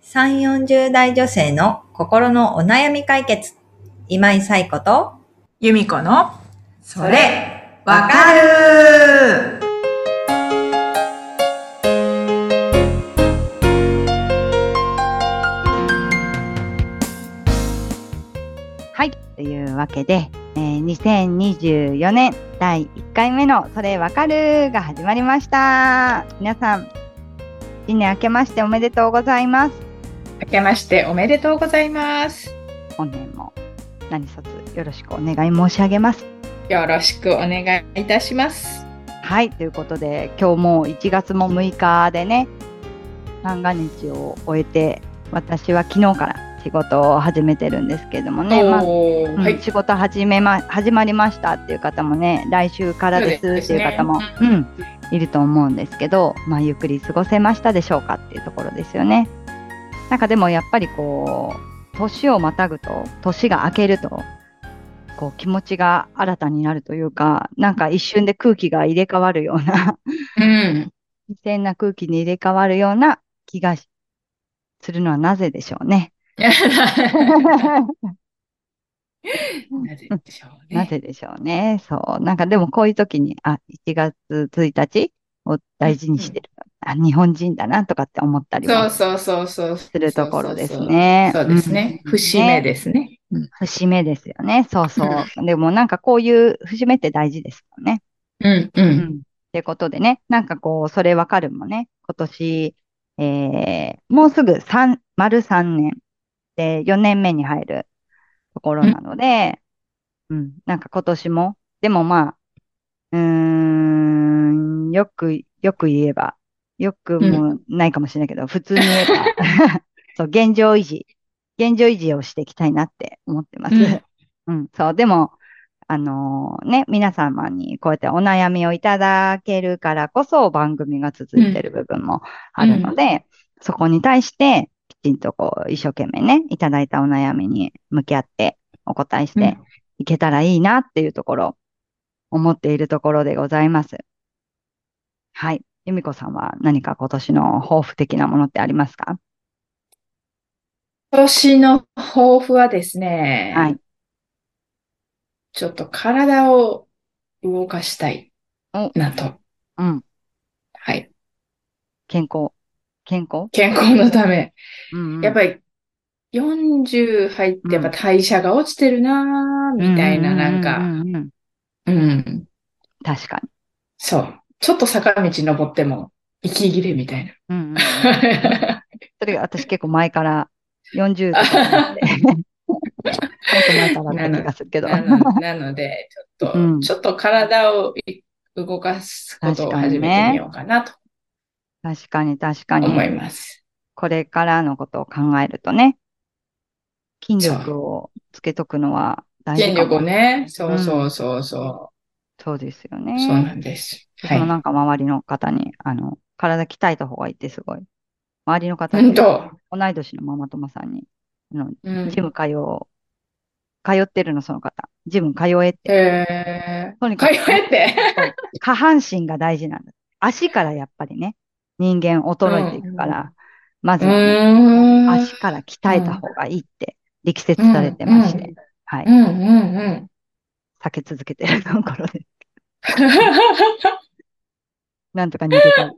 3、40代女性の心のお悩み解決。今井彩子と由美子のそれわかる。 はい、というわけで、2024年第1回目のそれわかるが始まりました。皆さん、新年明けましておめでとうございます。 明けましておめでとうございます。 本年も何卒よろしくお願い申し上げます。 よろしくお願いいたします。 はい、ということで今日も1月も6日でね、三が日を終えて、私は昨日から仕事を始めてるんですけどもね、はい、仕事始まりましたっていう方もね、来週からですっていう方も、いると思うんですけど、ゆっくり過ごせましたでしょうかっていうところですよね。なんかでもやっぱりこう年をまたぐと、年が明けるとこう気持ちが新たになるというか、なんか一瞬で空気が入れ替わるような新鮮な空気に入れ替わるような気がするのはなぜでしょうね。 なぜでしょうね。 なぜでしょうね。そう。なんかでもこういう時に、1月1日を大事にしてる。日本人だなとかって思ったりもするところですね。 そうですね。節目ですね。 節目ですよね。そうそう。でもなんかこういう節目って大事ですよね。ってことでね、なんかこう、それわかるもね、今年、もうすぐ丸3年で4年目に入るところなので、なんか今年も、でもよく言えば、よくもないかもしれないけど、普通に言えば、そう、現状維持をしていきたいなって思ってます。そう、でも、皆様にこうやってお悩みをいただけるからこそ番組が続いてる部分もあるので、そこに対してきちんとこう一生懸命ね、いただいたお悩みに向き合ってお答えしていけたらいいなっていうところ、思っているところでございます。はい。由美子さんは何か今年の抱負的なものってありますか？ 今年の抱負はですね、 はい。 ちょっと体を動かしたいなと。はい。 健康のため。やっぱり40入ってやっぱ代謝が落ちてるなーみたいななんか、 確かに。 そう。ちょっと坂道登っても息切れみたいな。それが私結構前から40とかになって、もっと前からだった気がするけど。 なので、ちょっと体を動かすことを始めてみようかなと。 確かに。 思います。 これからのことを考えるとね、筋力をつけとくのは大事かも。 筋力をね。そう。 そうですよね。 そうなんです。 私もなんか周りの方に、体鍛えた方がいいってすごい。周りの方って、同い年のママ友さんに、ジム通ってるの、その方。ジム通えって。とにかく、下半身が大事なんだ。足からやっぱりね、人間衰えていくから、まずはね、足から鍛えた方がいいって力説されてまして、はい。避け続けてるところです。なんとか逃げたい。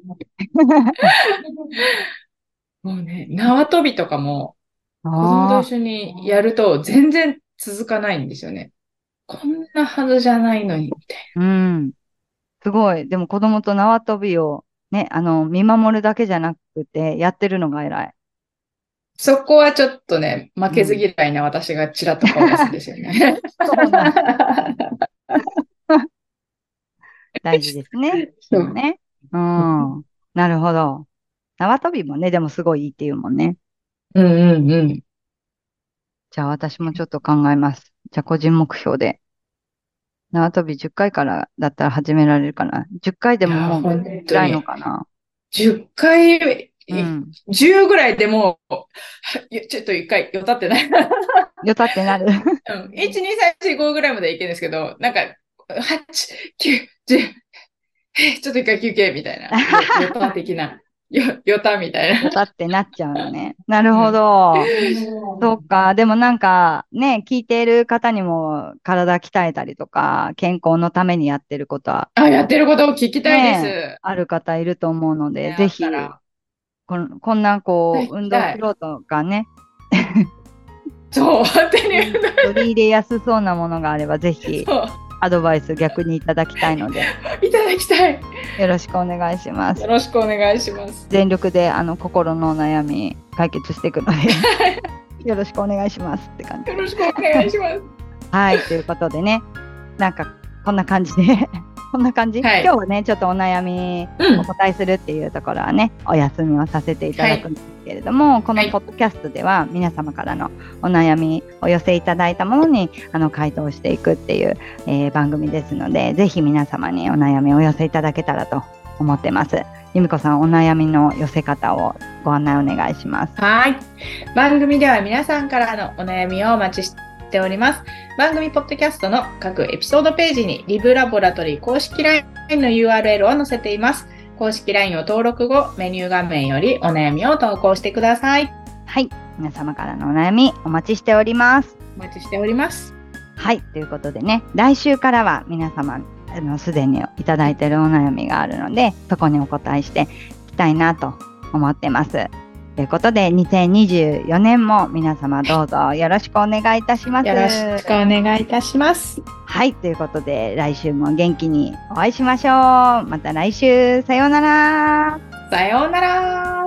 もうね、縄跳びとかも、子供と一緒にやると全然続かないんですよね。こんなはずじゃないのに、みたいな。すごい。でも子供と縄跳びをね、見守るだけじゃなくて、やってるのが偉い。 そこはちょっとね、負けず嫌いな私がちらっと顔出すんですよね。 そうなん大事ですね。そうね。なるほど。縄跳びもね、でもすごいいいっていうもんね。じゃあ私もちょっと考えます。じゃあ個人目標で。縄跳び10回からだったら始められるかな。10回でももう辛いのかな。 10回、10ぐらいでもちょっと1回よたってない。 よたってなる。1、 2、3、4、5ぐらいまでいけるんですけど、なんか、8、9、10、ちょっと1回休憩みたいな。よた的な。 よたみたいな。 だってなっちゃうのね。なるほど。そうか。でもなんかね、聞いている方にも体鍛えたりとか、健康のためにやってることはやってることを聞きたいでね、 す。 ある方いると思うので、 ね、 ぜひ、 あったら。 こんな聞運動きたい。 素人がね、 そう、本当に。 取り入れやすそうなものがあれば、ぜひ、 そう、 アドバイス逆にいただきたいので、 いただきたい。 よろしくお願いしますよ。ろしくお願いします。 全力で心のお悩み解決していくので、よろしくお願いしますって感じ。 よろしくお願いします。 はい、ということでね、なんかこんな感じでこんな感じ、 はい、 今日はねちょっとお悩みお答えするっていうところはね、お休みをさせていただくんですけれども、このポッドキャストでは皆様からのお悩みお寄せいただいたものに回答していくっていう、番組ですので、ぜひ皆様にお悩みお寄せいただけたらと思ってます。由美子さん、お悩みの寄せ方をご案内お願いします。 はい。番組では皆さんからのお悩みをお待ちしております。番組ポッドキャストの各エピソードページにリブラボラトリー公式 LINE の URL を載せています。公式 LINE を登録後、メニュー画面よりお悩みを投稿してください。 はい。皆様からのお悩みお待ちしております。 お待ちしております。 はい。ということでね、来週からは皆様すでにいただいているお悩みがあるので、そこにお答えしていきたいなと思ってます。ということで、2024年も皆様どうぞよろしくお願いいたします。 よろしくお願いいたします。 はい。ということで、来週も元気にお会いしましょう。また来週、さようなら。 さようなら。